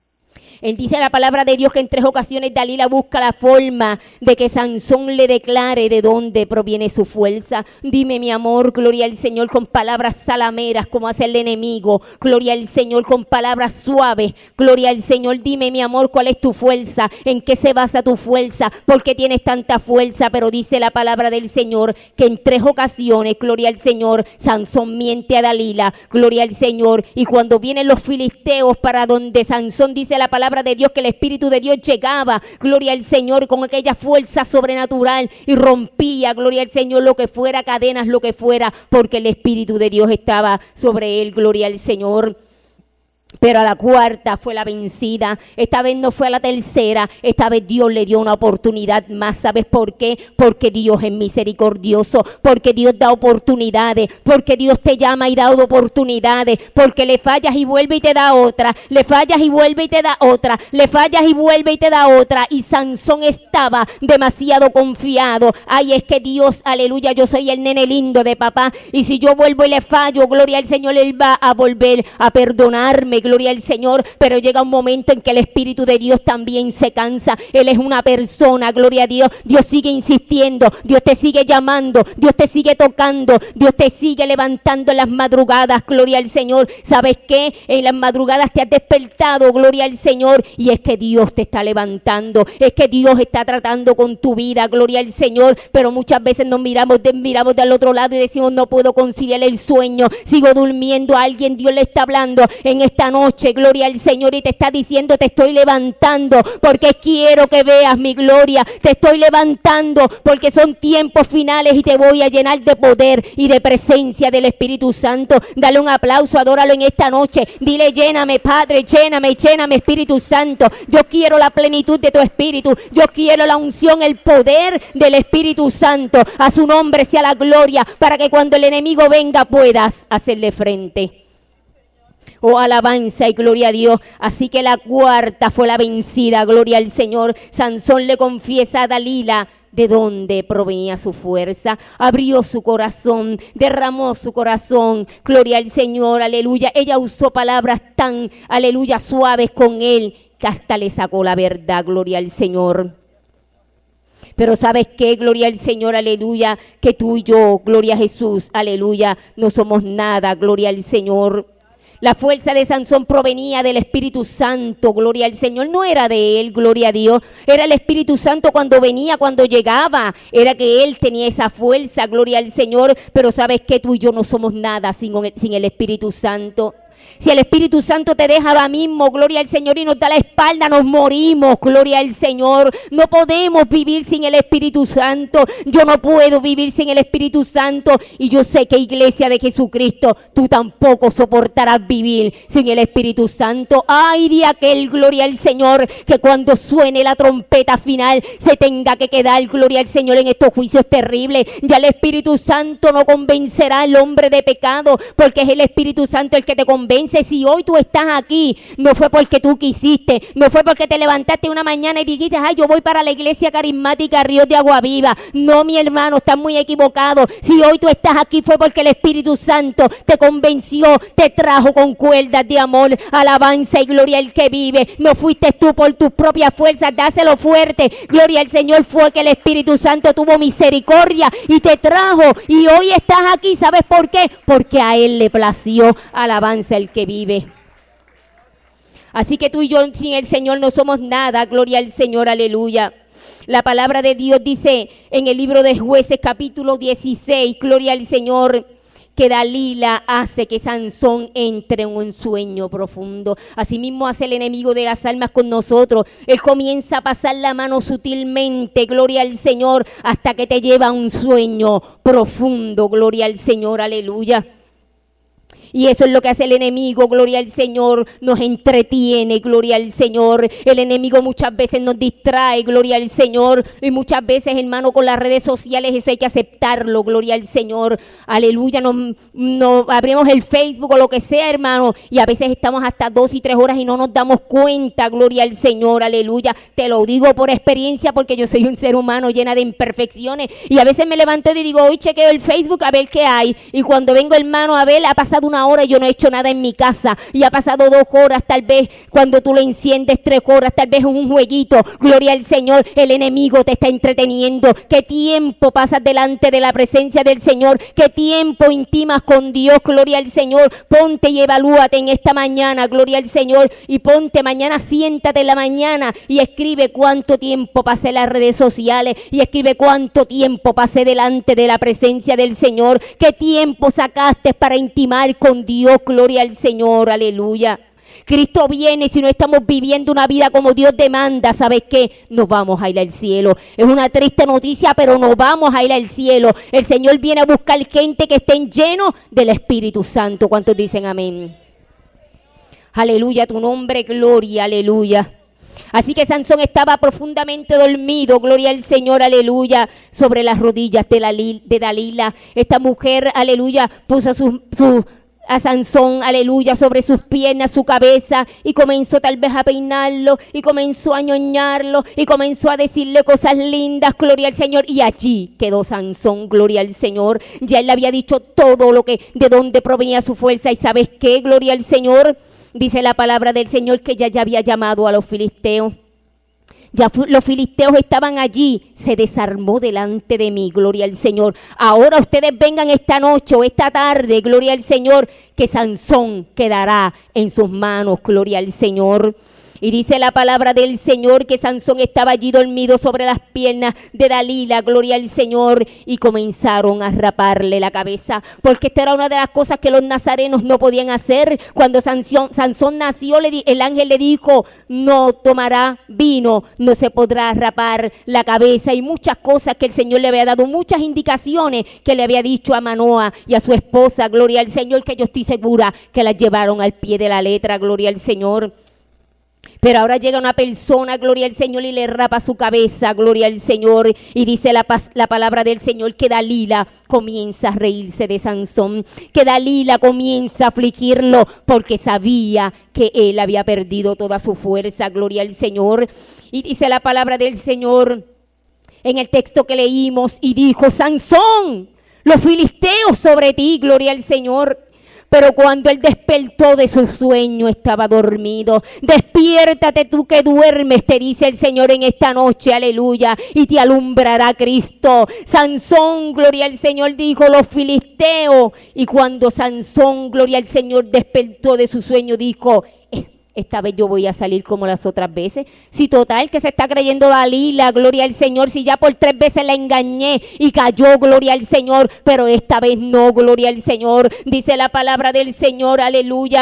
Él dice la palabra de Dios que en tres ocasiones Dalila busca la forma de que Sansón le declare de dónde proviene su fuerza. Dime, mi amor, gloria al Señor, con palabras salameras como hace el enemigo, gloria al Señor, con palabras suaves, gloria al Señor. Dime, mi amor, cuál es tu fuerza, en qué se basa tu fuerza, por qué tienes tanta fuerza. Pero dice la palabra del Señor que en tres ocasiones, gloria al Señor, Sansón miente a Dalila, gloria al Señor. Y cuando vienen los filisteos para donde Sansón, dice la palabra de Dios que el Espíritu de Dios llegaba, gloria al Señor, con aquella fuerza sobrenatural y rompía, gloria al Señor, lo que fuera, cadenas, lo que fuera, porque el Espíritu de Dios estaba sobre él, gloria al Señor. Pero a la cuarta fue la vencida, esta vez no fue a la tercera, esta vez Dios le dio una oportunidad más. ¿Sabes por qué? Porque Dios es misericordioso, porque Dios da oportunidades, porque Dios te llama y da oportunidades, porque le fallas y vuelve y te da otra, le fallas y vuelve y te da otra, le fallas y vuelve y te da otra. Y Sansón estaba demasiado confiado. Ay, es que Dios, aleluya, yo soy el nene lindo de papá, y si yo vuelvo y le fallo, gloria al Señor, Él va a volver a perdonarme, gloria al Señor. Pero llega un momento en que el Espíritu de Dios también se cansa. Él es una persona, gloria a Dios. Dios sigue insistiendo, Dios te sigue llamando, Dios te sigue tocando, Dios te sigue levantando en las madrugadas, gloria al Señor. ¿Sabes qué? En las madrugadas te has despertado, gloria al Señor, y es que Dios te está levantando, es que Dios está tratando con tu vida, gloria al Señor. Pero muchas veces nos miramos, de, miramos del otro lado y decimos: no puedo conciliar el sueño, sigo durmiendo. A alguien Dios le está hablando en esta noche, gloria al Señor, y te está diciendo: te estoy levantando porque quiero que veas mi gloria, te estoy levantando porque son tiempos finales y te voy a llenar de poder y de presencia del Espíritu Santo. Dale un aplauso, adóralo en esta noche, dile: lléname, Padre, lléname, lléname, Espíritu Santo. Yo quiero la plenitud de tu Espíritu, yo quiero la unción, el poder del Espíritu Santo. A su nombre sea la gloria, para que cuando el enemigo venga puedas hacerle frente. Oh, alabanza y gloria a Dios. Así que la cuarta fue la vencida, gloria al Señor. Sansón le confiesa a Dalila de dónde provenía su fuerza, abrió su corazón, derramó su corazón, gloria al Señor, aleluya. Ella usó palabras tan, aleluya, suaves con él, que hasta le sacó la verdad, gloria al Señor. Pero ¿sabes qué? Gloria al Señor, aleluya, que tú y yo, gloria a Jesús, aleluya, no somos nada, gloria al Señor. La fuerza de Sansón provenía del Espíritu Santo, gloria al Señor, no era de él, gloria a Dios. Era el Espíritu Santo cuando venía, cuando llegaba, era que él tenía esa fuerza, gloria al Señor. Pero ¿sabes qué? Tú y yo no somos nada sin, sin el Espíritu Santo. Si el Espíritu Santo te deja ahora mismo, gloria al Señor, y nos da la espalda, nos morimos, gloria al Señor. No podemos vivir sin el Espíritu Santo. Yo no puedo vivir sin el Espíritu Santo. Y yo sé que, iglesia de Jesucristo, tú tampoco soportarás vivir sin el Espíritu Santo. Ay de aquel, gloria al Señor, que cuando suene la trompeta final se tenga que quedar, gloria al Señor, en estos juicios terribles. Ya el Espíritu Santo no convencerá al hombre de pecado, porque es el Espíritu Santo el que te convence. Si hoy tú estás aquí, no fue porque tú quisiste, no fue porque te levantaste una mañana y dijiste, ay, yo voy para la iglesia carismática Ríos de Agua Viva. No, mi hermano, estás muy equivocado. Si hoy tú estás aquí fue porque el Espíritu Santo te convenció, te trajo con cuerdas de amor, alabanza y gloria al que vive. No fuiste tú por tus propias fuerzas, dáselo fuerte. Gloria al Señor, fue que el Espíritu Santo tuvo misericordia y te trajo. Y hoy estás aquí, ¿sabes por qué? Porque a Él le plació, alabanza el que vive. Así que tú y yo sin el Señor no somos nada, gloria al Señor, aleluya. La palabra de Dios dice en el libro de Jueces capítulo dieciséis, gloria al Señor, que Dalila hace que Sansón entre en un sueño profundo. Asimismo hace el enemigo de las almas con nosotros. Él comienza a pasar la mano sutilmente, gloria al Señor, hasta que te lleva a un sueño profundo, gloria al Señor, aleluya. Y eso es lo que hace el enemigo, gloria al Señor, nos entretiene, gloria al Señor. El enemigo muchas veces nos distrae, gloria al Señor. Y muchas veces, hermano, con las redes sociales eso hay que aceptarlo, gloria al Señor. Aleluya, nos, nos abrimos el Facebook o lo que sea, hermano, y a veces estamos hasta dos y tres horas y no nos damos cuenta, gloria al Señor, aleluya. Te lo digo por experiencia porque yo soy un ser humano llena de imperfecciones. Y a veces me levanto y digo, hoy chequeo el Facebook a ver qué hay. Y cuando vengo, hermano, a ver, ha pasado una hora y yo no he hecho nada en mi casa y ha pasado dos horas, tal vez cuando tú lo enciendes tres horas, tal vez un jueguito, gloria al Señor. El enemigo te está entreteniendo. ¿Qué tiempo pasas delante de la presencia del Señor? ¿Qué tiempo intimas con Dios? Gloria al Señor. Ponte y evalúate en esta mañana, gloria al Señor, y ponte mañana, siéntate en la mañana y escribe cuánto tiempo pasé en las redes sociales y escribe cuánto tiempo pasé delante de la presencia del Señor. ¿Qué tiempo sacaste para intimar con Dios? Gloria al Señor, aleluya. Cristo viene, si no estamos viviendo una vida como Dios demanda, ¿sabes qué? Nos vamos a ir al cielo. Es una triste noticia, pero nos vamos a ir al cielo. El Señor viene a buscar gente que estén llenos del Espíritu Santo. ¿Cuántos dicen amén? Aleluya, tu nombre, gloria, aleluya. Así que Sansón estaba profundamente dormido, gloria al Señor, aleluya, sobre las rodillas de, la, de Dalila. Esta mujer, aleluya, puso sus... Su, a Sansón, aleluya, sobre sus piernas, su cabeza, y comenzó tal vez a peinarlo, y comenzó a ñoñarlo, y comenzó a decirle cosas lindas, gloria al Señor, y allí quedó Sansón, gloria al Señor. Ya él le había dicho todo lo que, de dónde provenía su fuerza, y ¿sabes qué? Gloria al Señor, dice la palabra del Señor que ya, ya había llamado a los filisteos. Ya los filisteos estaban allí, se desarmó delante de mí, gloria al Señor. Ahora ustedes vengan esta noche o esta tarde, gloria al Señor, que Sansón quedará en sus manos, gloria al Señor. Y dice la palabra del Señor que Sansón estaba allí dormido sobre las piernas de Dalila, gloria al Señor, y comenzaron a raparle la cabeza, porque esta era una de las cosas que los nazarenos no podían hacer. Cuando Sansón, Sansón nació, le di, el ángel le dijo, no tomará vino, no se podrá rapar la cabeza, y muchas cosas que el Señor le había dado, muchas indicaciones que le había dicho a Manoa y a su esposa, gloria al Señor, que yo estoy segura que las llevaron al pie de la letra, gloria al Señor. Pero ahora llega una persona, gloria al Señor, y le rapa su cabeza, gloria al Señor. Y dice la, la palabra del Señor que Dalila comienza a reírse de Sansón, que Dalila comienza a afligirlo porque sabía que él había perdido toda su fuerza, gloria al Señor. Y dice la palabra del Señor en el texto que leímos, y dijo, Sansón, los filisteos sobre ti, gloria al Señor. Pero cuando él despertó de su sueño, estaba dormido. Despiértate tú que duermes, te dice el Señor en esta noche, aleluya, y te alumbrará Cristo. Sansón, gloria al Señor, dijo, los filisteos. Y cuando Sansón, gloria al Señor, despertó de su sueño, dijo, esta vez yo voy a salir como las otras veces. Si total que se está creyendo Dalila, gloria al Señor, si ya por tres veces la engañé y cayó, gloria al Señor, pero esta vez no, gloria al Señor. Dice la palabra del Señor, aleluya,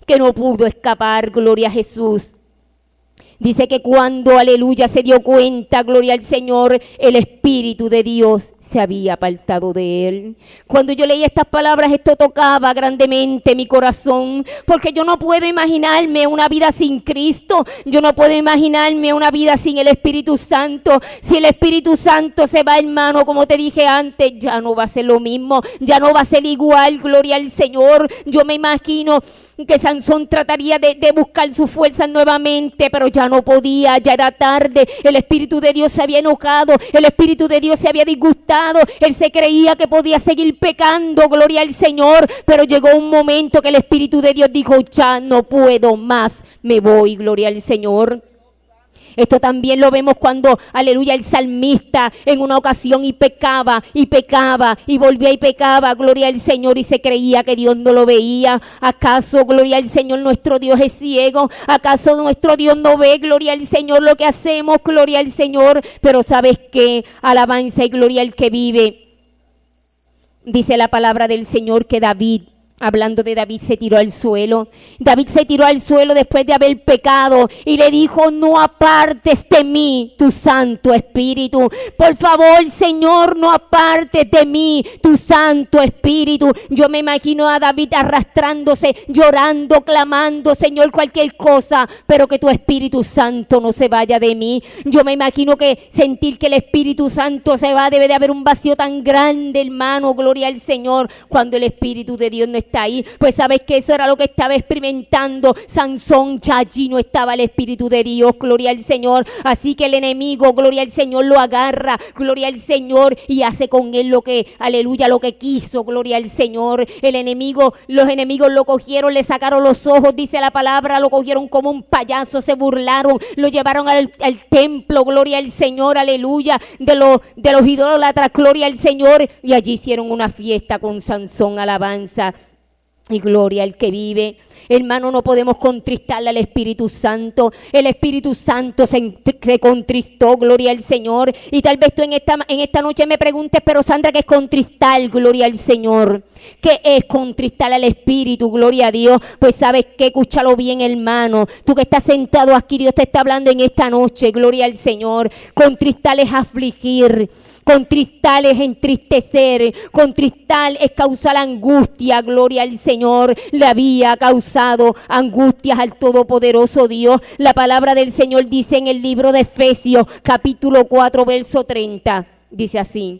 que no pudo escapar, gloria a Jesús. Dice que cuando, aleluya, se dio cuenta, gloria al Señor, el Espíritu de Dios se había apartado de él. Cuando yo leí estas palabras, esto tocaba grandemente mi corazón, porque yo no puedo imaginarme una vida sin Cristo, yo no puedo imaginarme una vida sin el Espíritu Santo. Si el Espíritu Santo se va, hermano, como te dije antes, ya no va a ser lo mismo, ya no va a ser igual, gloria al Señor. Yo me imagino que Sansón trataría de, de buscar su fuerza nuevamente, pero ya no podía, ya era tarde. El Espíritu de Dios se había enojado, el Espíritu de Dios se había disgustado, él se creía que podía seguir pecando, gloria al Señor, pero llegó un momento que el Espíritu de Dios dijo, ya no puedo más, me voy, gloria al Señor. Esto también lo vemos cuando, aleluya, el salmista en una ocasión y pecaba, y pecaba, y volvía y pecaba, gloria al Señor, y se creía que Dios no lo veía. ¿Acaso, gloria al Señor, nuestro Dios es ciego? ¿Acaso nuestro Dios no ve, gloria al Señor, lo que hacemos, gloria al Señor? Pero ¿sabes qué? Alabanza y gloria al que vive. Dice la palabra del Señor que David, hablando de David, se tiró al suelo. David se tiró al suelo después de haber pecado y le dijo, no apartes de mí tu Santo Espíritu. Por favor, Señor, no apartes de mí tu Santo Espíritu. Yo me imagino a David arrastrándose, llorando, clamando, Señor, cualquier cosa, pero que tu Espíritu Santo no se vaya de mí. Yo me imagino que sentir que el Espíritu Santo se va, debe de haber un vacío tan grande, hermano, gloria al Señor, cuando el Espíritu de Dios no está ahí. Pues sabes que eso era lo que estaba experimentando Sansón. Ya allí no estaba el Espíritu de Dios, gloria al Señor. Así que el enemigo, gloria al Señor, lo agarra, gloria al Señor, y hace con él lo que, aleluya, lo que quiso, gloria al Señor. El enemigo, los enemigos lo cogieron, le sacaron los ojos, dice la palabra, lo cogieron como un payaso, se burlaron, lo llevaron al, al templo, gloria al Señor, aleluya, de los, de los idólatras, gloria al Señor, y allí hicieron una fiesta con Sansón, alabanza y gloria al que vive. Hermano, no podemos contristarle al Espíritu Santo. El Espíritu Santo se, se contristó, gloria al Señor. Y tal vez tú en esta, en esta noche me preguntes, pero Sandra, ¿qué es contristar? Gloria al Señor. ¿Qué es contristar al Espíritu? Gloria a Dios. Pues sabes que, escúchalo bien, hermano. Tú que estás sentado aquí, Dios te está hablando en esta noche, gloria al Señor. Contristar es afligir. Contristar es entristecer, contristar es causar angustia, gloria al Señor. Le había causado angustias al Todopoderoso Dios. La palabra del Señor dice en el libro de Efesios, capítulo cuatro, verso treinta, dice así: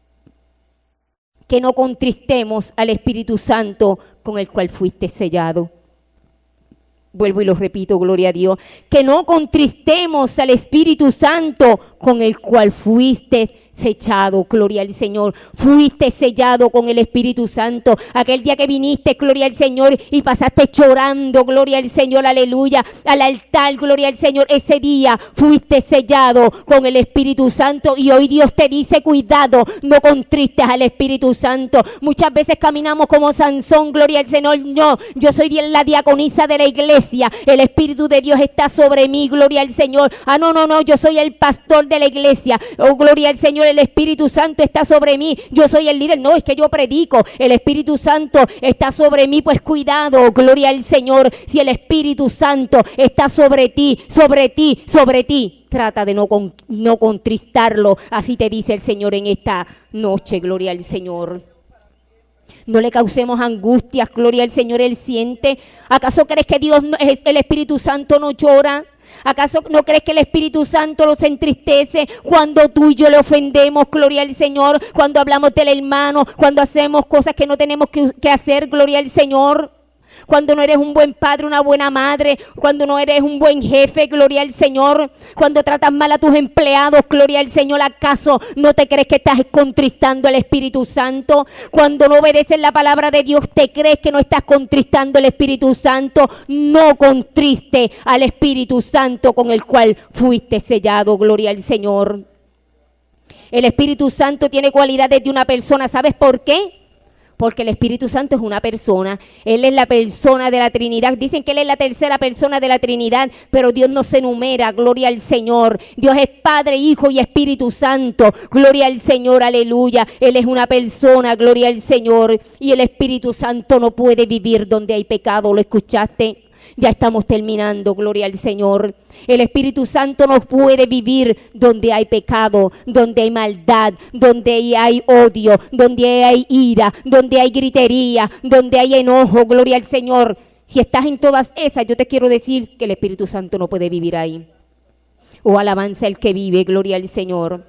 que no contristemos al Espíritu Santo con el cual fuiste sellado. Vuelvo y lo repito, gloria a Dios. Que no contristemos al Espíritu Santo con el cual fuiste sellado, gloria al Señor. Fuiste sellado con el Espíritu Santo. Aquel día que viniste, gloria al Señor, y pasaste llorando, gloria al Señor, aleluya, al altar, gloria al Señor. Ese día fuiste sellado con el Espíritu Santo, y hoy Dios te dice, cuidado, no contristes al Espíritu Santo. Muchas veces caminamos como Sansón, gloria al Señor. No, yo soy la diaconisa de la iglesia, el Espíritu de Dios está sobre mí, gloria al Señor. Ah, no, no, no, yo soy el pastor de la iglesia, oh, gloria al Señor, el Espíritu Santo está sobre mí, yo soy el líder. No, es que yo predico, el Espíritu Santo está sobre mí. Pues cuidado, gloria al Señor, si el Espíritu Santo está sobre ti, sobre ti, sobre ti, trata de no, con, no contristarlo. Así te dice el Señor en esta noche, gloria al Señor. No le causemos angustias, gloria al Señor, Él siente. ¿Acaso crees que Dios, no, el Espíritu Santo no llora? ¿Acaso no crees que el Espíritu Santo los entristece cuando tú y yo le ofendemos, gloria al Señor? Cuando hablamos del hermano, cuando hacemos cosas que no tenemos que, que hacer, gloria al Señor. Cuando no eres un buen padre, una buena madre, cuando no eres un buen jefe, gloria al Señor. Cuando tratas mal a tus empleados, gloria al Señor. ¿Acaso no te crees que estás contristando al Espíritu Santo? Cuando no obedeces la palabra de Dios, ¿te crees que no estás contristando al Espíritu Santo? No contriste al Espíritu Santo con el cual fuiste sellado, gloria al Señor. El Espíritu Santo tiene cualidades de una persona, ¿sabes por qué? porque el Espíritu Santo es una persona. Él es la persona de la Trinidad. Dicen que Él es la tercera persona de la Trinidad, pero Dios no se enumera, gloria al Señor. Dios es Padre, Hijo y Espíritu Santo, gloria al Señor, aleluya. Él es una persona, gloria al Señor, y el Espíritu Santo no puede vivir donde hay pecado. ¿Lo escuchaste? Ya estamos terminando, gloria al Señor. El Espíritu Santo no puede vivir donde hay pecado, donde hay maldad, donde hay odio, donde hay ira, donde hay gritería, donde hay enojo, gloria al Señor. Si estás en todas esas, yo te quiero decir que el Espíritu Santo no puede vivir ahí. Oh, alabanza el que vive, gloria al Señor.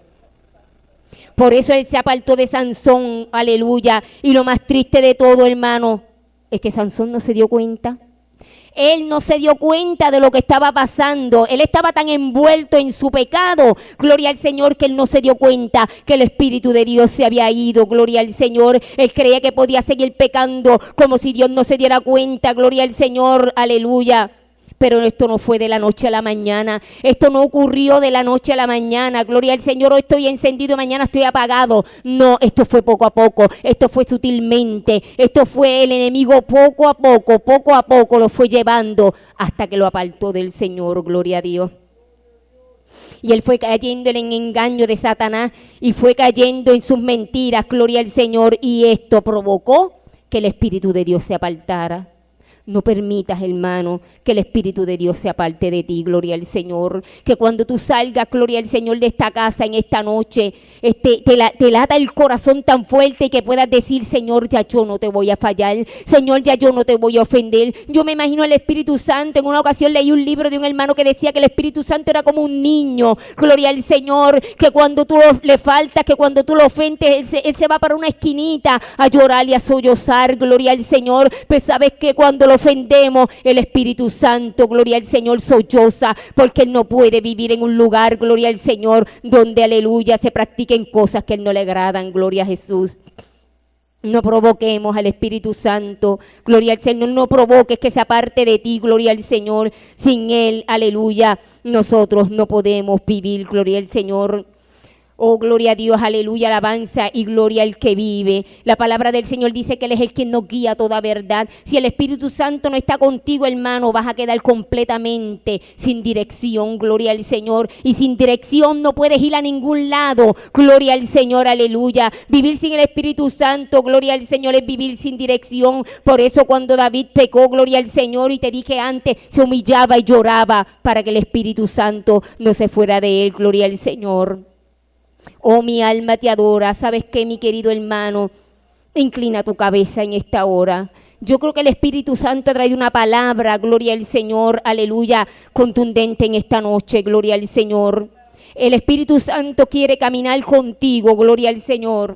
Por eso Él se apartó de Sansón, aleluya. Y lo más triste de todo, hermano, es que Sansón no se dio cuenta. Él no se dio cuenta de lo que estaba pasando. Él estaba tan envuelto en su pecado, gloria al Señor, que él no se dio cuenta que el Espíritu de Dios se había ido, gloria al Señor. Él creía que podía seguir pecando como si Dios no se diera cuenta, gloria al Señor, aleluya. Pero esto no fue de la noche a la mañana. Esto no ocurrió de la noche a la mañana. Gloria al Señor, hoy estoy encendido, mañana estoy apagado. No, esto fue poco a poco. Esto fue sutilmente. Esto fue el enemigo poco a poco, poco a poco lo fue llevando hasta que lo apartó del Señor. Gloria a Dios. Y él fue cayendo en el engaño de Satanás y fue cayendo en sus mentiras. Gloria al Señor. Y esto provocó que el Espíritu de Dios se apartara. No permitas, hermano, que el Espíritu de Dios se aparte de ti, gloria al Señor. Que cuando tú salgas, gloria al Señor, de esta casa en esta noche, este, te, la, te lata el corazón tan fuerte que puedas decir, Señor, ya yo no te voy a fallar. Señor, ya yo no te voy a ofender. Yo me imagino al Espíritu Santo. En una ocasión leí un libro de un hermano que decía que el Espíritu Santo era como un niño, gloria al Señor, que cuando tú lo, le faltas, que cuando tú lo ofendes, él se, él se va para una esquinita a llorar y a sollozar, gloria al Señor. Pues sabes que cuando lo ofendemos, el Espíritu Santo, gloria al Señor, solloza, porque Él no puede vivir en un lugar, gloria al Señor, donde, aleluya, se practiquen cosas que a Él no le agradan, gloria a Jesús. No provoquemos al Espíritu Santo, gloria al Señor, no provoques que se aparte de ti, gloria al Señor. Sin Él, aleluya, nosotros no podemos vivir, gloria al Señor. Oh, gloria a Dios, aleluya, alabanza y gloria al que vive. La palabra del Señor dice que Él es el quien nos guía a toda verdad. Si el Espíritu Santo no está contigo, hermano, vas a quedar completamente sin dirección, gloria al Señor. Y sin dirección no puedes ir a ningún lado, gloria al Señor, aleluya. Vivir sin el Espíritu Santo, gloria al Señor, es vivir sin dirección. Por eso cuando David pecó, gloria al Señor, y te dije antes, se humillaba y lloraba para que el Espíritu Santo no se fuera de él, gloria al Señor. Oh, mi alma te adora. ¿Sabes qué, mi querido hermano? Inclina tu cabeza en esta hora. Yo creo que el Espíritu Santo ha traído una palabra, gloria al Señor, aleluya, contundente en esta noche, gloria al Señor. El Espíritu Santo quiere caminar contigo, gloria al Señor.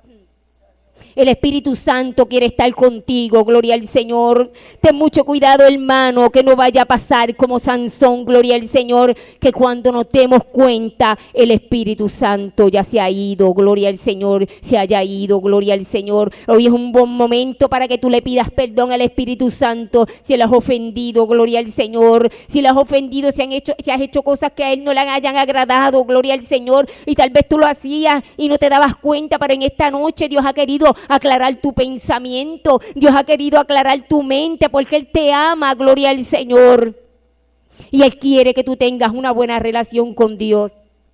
El Espíritu Santo quiere estar contigo, gloria al Señor. Ten mucho cuidado, hermano, que no vaya a pasar como Sansón, gloria al Señor, que cuando nos demos cuenta, el Espíritu Santo ya se ha ido, gloria al Señor, se haya ido, gloria al Señor. Hoy es un buen momento para que tú le pidas perdón al Espíritu Santo si le has ofendido, gloria al Señor. Si le has ofendido, si, han hecho, si has hecho cosas que a Él no le hayan agradado, gloria al Señor, y tal vez tú lo hacías y no te dabas cuenta, pero en esta noche Dios ha querido aclarar tu pensamiento, Dios ha querido aclarar tu mente, porque Él te ama, gloria al Señor, y Él quiere que tú tengas una buena relación con Dios.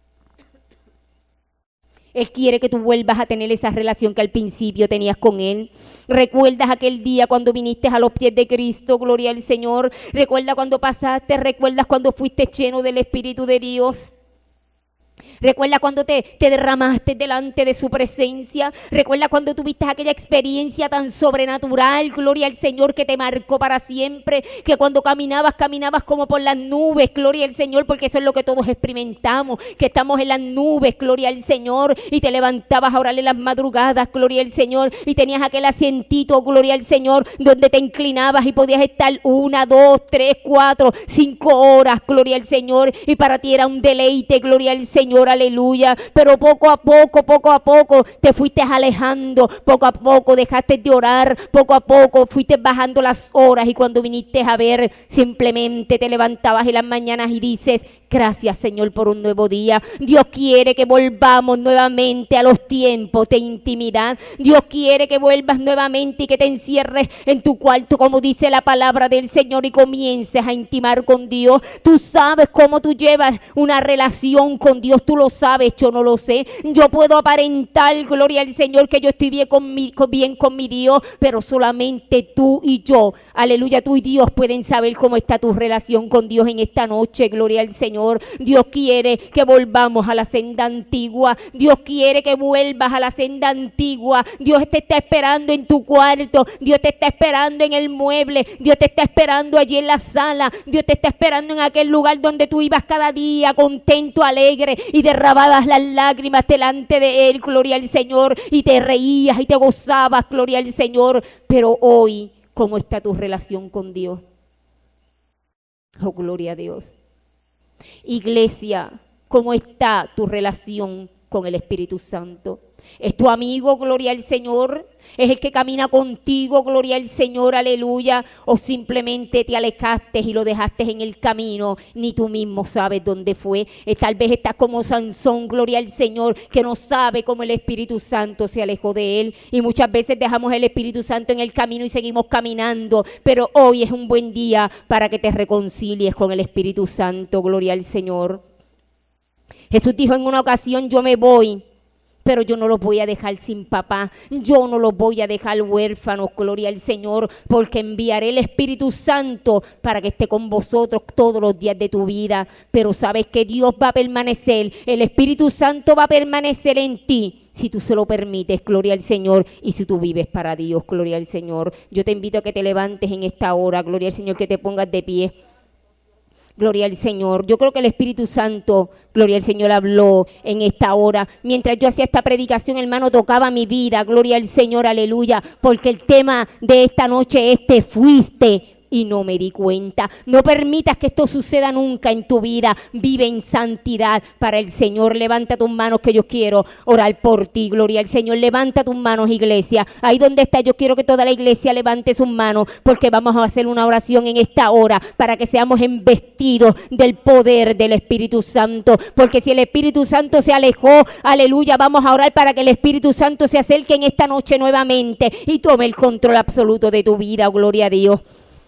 Él quiere que tú vuelvas a tener esa relación que al principio tenías con Él. ¿Recuerdas aquel día cuando viniste a los pies de Cristo? Gloria al Señor. ¿Recuerdas cuando pasaste? ¿Recuerdas cuando fuiste lleno del Espíritu de Dios? Recuerda cuando te, te derramaste delante de su presencia. Recuerda cuando tuviste aquella experiencia tan sobrenatural, gloria al Señor, que te marcó para siempre. Que cuando caminabas, caminabas como por las nubes, gloria al Señor, porque eso es lo que todos experimentamos, que estamos en las nubes, gloria al Señor. Y te levantabas a orar en las madrugadas, gloria al Señor, y tenías aquel asientito, gloria al Señor, donde te inclinabas y podías estar una, dos, tres, cuatro, cinco horas, gloria al Señor, y para ti era un deleite, gloria al Señor. Señor, aleluya. Pero poco a poco, poco a poco te fuiste alejando, poco a poco dejaste de orar, poco a poco fuiste bajando las horas y cuando viniste a ver, simplemente te levantabas en las mañanas y dices: gracias, Señor, por un nuevo día. Dios quiere que volvamos nuevamente a los tiempos de intimidad. Dios quiere que vuelvas nuevamente y que te encierres en tu cuarto, como dice la palabra del Señor, y comiences a intimar con Dios. Tú sabes cómo tú llevas una relación con Dios, tú lo sabes, yo no lo sé. Yo puedo aparentar, gloria al Señor, que yo estoy bien con mi, bien con mi Dios, pero solamente tú y yo, aleluya, tú y Dios pueden saber cómo está tu relación con Dios en esta noche, gloria al Señor. Dios quiere que volvamos a la senda antigua. Dios quiere que vuelvas a la senda antigua. Dios te está esperando en tu cuarto. Dios te está esperando en el mueble. Dios te está esperando allí en la sala. Dios te está esperando en aquel lugar donde tú ibas cada día contento, alegre, y derramabas las lágrimas delante de Él, gloria al Señor, y te reías y te gozabas, gloria al Señor. Pero hoy, ¿cómo está tu relación con Dios? Oh, gloria a Dios. Iglesia, ¿cómo está tu relación con el Espíritu Santo? ¿Es tu amigo, gloria al Señor? ¿Es el que camina contigo, gloria al Señor, aleluya? ¿O simplemente te alejaste y lo dejaste en el camino, ni tú mismo sabes dónde fue? Eh, tal vez estás como Sansón, gloria al Señor, que no sabe cómo el Espíritu Santo se alejó de él, y muchas veces dejamos el Espíritu Santo en el camino y seguimos caminando, pero hoy es un buen día para que te reconcilies con el Espíritu Santo, gloria al Señor. Jesús dijo en una ocasión: yo me voy, pero yo no los voy a dejar sin papá, yo no los voy a dejar huérfanos, gloria al Señor, porque enviaré el Espíritu Santo para que esté con vosotros todos los días de tu vida. Pero sabes que Dios va a permanecer, el Espíritu Santo va a permanecer en ti, si tú se lo permites, gloria al Señor, y si tú vives para Dios, gloria al Señor. Yo te invito a que te levantes en esta hora, gloria al Señor, que te pongas de pie. Gloria al Señor. Yo creo que el Espíritu Santo, gloria al Señor, habló en esta hora. Mientras yo hacía esta predicación, hermano, tocaba mi vida. Gloria al Señor, aleluya. Porque el tema de esta noche es: te fuiste y no me di cuenta. No permitas que esto suceda nunca en tu vida. Vive en santidad para el Señor. Levanta tus manos, que yo quiero orar por ti, gloria al Señor. Levanta tus manos, iglesia. Ahí donde está, yo quiero que toda la iglesia levante sus manos, porque vamos a hacer una oración en esta hora para que seamos embestidos del poder del Espíritu Santo. Porque si el Espíritu Santo se alejó, aleluya, vamos a orar para que el Espíritu Santo se acerque en esta noche nuevamente y tome el control absoluto de tu vida, gloria a Dios.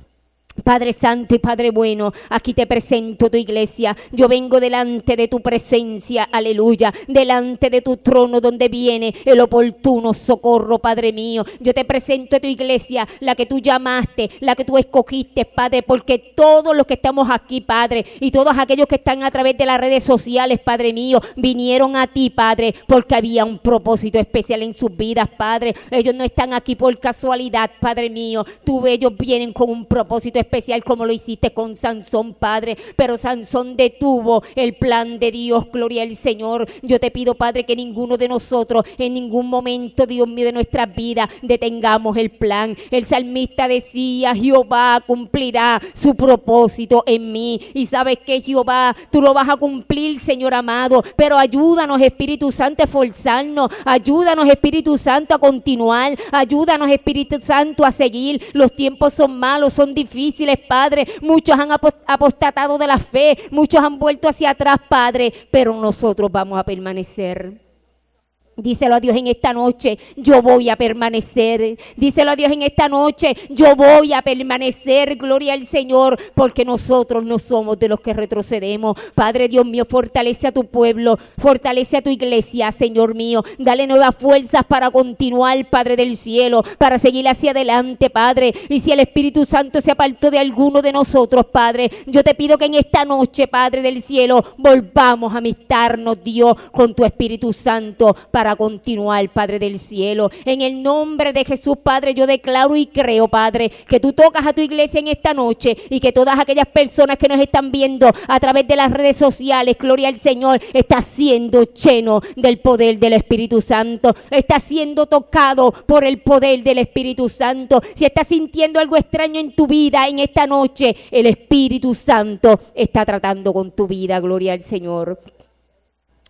Padre Santo y Padre bueno, aquí te presento tu iglesia. Yo vengo delante de tu presencia, aleluya, delante de tu trono donde viene el oportuno socorro, Padre mío. Yo te presento a tu iglesia, la que tú llamaste, la que tú escogiste, Padre, porque todos los que estamos aquí, Padre, y todos aquellos que están a través de las redes sociales, Padre mío, vinieron a ti, Padre, porque había un propósito especial en sus vidas, Padre. Ellos no están aquí por casualidad, Padre mío. Tú, ellos vienen con un propósito especial, como lo hiciste con Sansón, Padre, pero Sansón detuvo el plan de Dios, gloria al Señor. Yo te pido, Padre, que ninguno de nosotros en ningún momento, Dios mío, de nuestras vidas detengamos el plan. El salmista decía: Jehová cumplirá su propósito en mí, y sabes que Jehová, tú lo vas a cumplir, Señor amado, pero ayúdanos, Espíritu Santo, a esforzarnos, ayúdanos, Espíritu Santo, a continuar, ayúdanos, Espíritu Santo, a seguir. Los tiempos son malos, son difíciles, Padre. Muchos han apostatado de la fe, muchos han vuelto hacia atrás, Padre, pero nosotros vamos a permanecer. Díselo a Dios en esta noche: yo voy a permanecer. Díselo a Dios en esta noche: yo voy a permanecer, gloria al Señor, porque nosotros no somos de los que retrocedemos. Padre Dios mío, fortalece a tu pueblo, fortalece a tu iglesia, Señor mío. Dale nuevas fuerzas para continuar, Padre del cielo, para seguir hacia adelante, Padre. Y si el Espíritu Santo se apartó de alguno de nosotros, Padre, yo te pido que en esta noche, Padre del cielo, volvamos a amistarnos, Dios, con tu Espíritu Santo, para para continuar, Padre del cielo. En el nombre de Jesús, Padre, yo declaro y creo, Padre, que tú tocas a tu iglesia en esta noche y que todas aquellas personas que nos están viendo a través de las redes sociales, gloria al Señor, está siendo lleno del poder del Espíritu Santo, está siendo tocado por el poder del Espíritu Santo. Si estás sintiendo algo extraño en tu vida en esta noche, el Espíritu Santo está tratando con tu vida, gloria al Señor.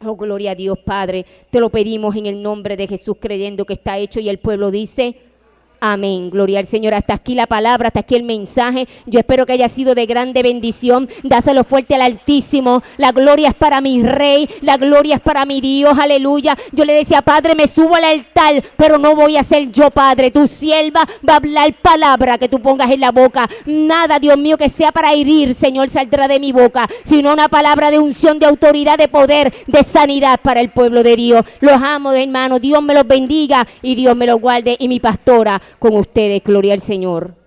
Oh, gloria a Dios, Padre. Te lo pedimos en el nombre de Jesús, creyendo que está hecho, y el pueblo dice... Amén, gloria al Señor. Hasta aquí la palabra, hasta aquí el mensaje. Yo espero que haya sido de grande bendición. Dáselo fuerte al Altísimo. La gloria es para mi Rey, la gloria es para mi Dios, aleluya. Yo le decía, Padre, me subo al altar, pero no voy a ser yo, Padre. Tu sierva va a hablar palabra que tú pongas en la boca. Nada, Dios mío, que sea para herir, Señor, saldrá de mi boca, sino una palabra de unción, de autoridad, de poder, de sanidad para el pueblo de Dios. Los amo, hermano. Dios me los bendiga y Dios me los guarde, y mi pastora con ustedes, gloria al Señor.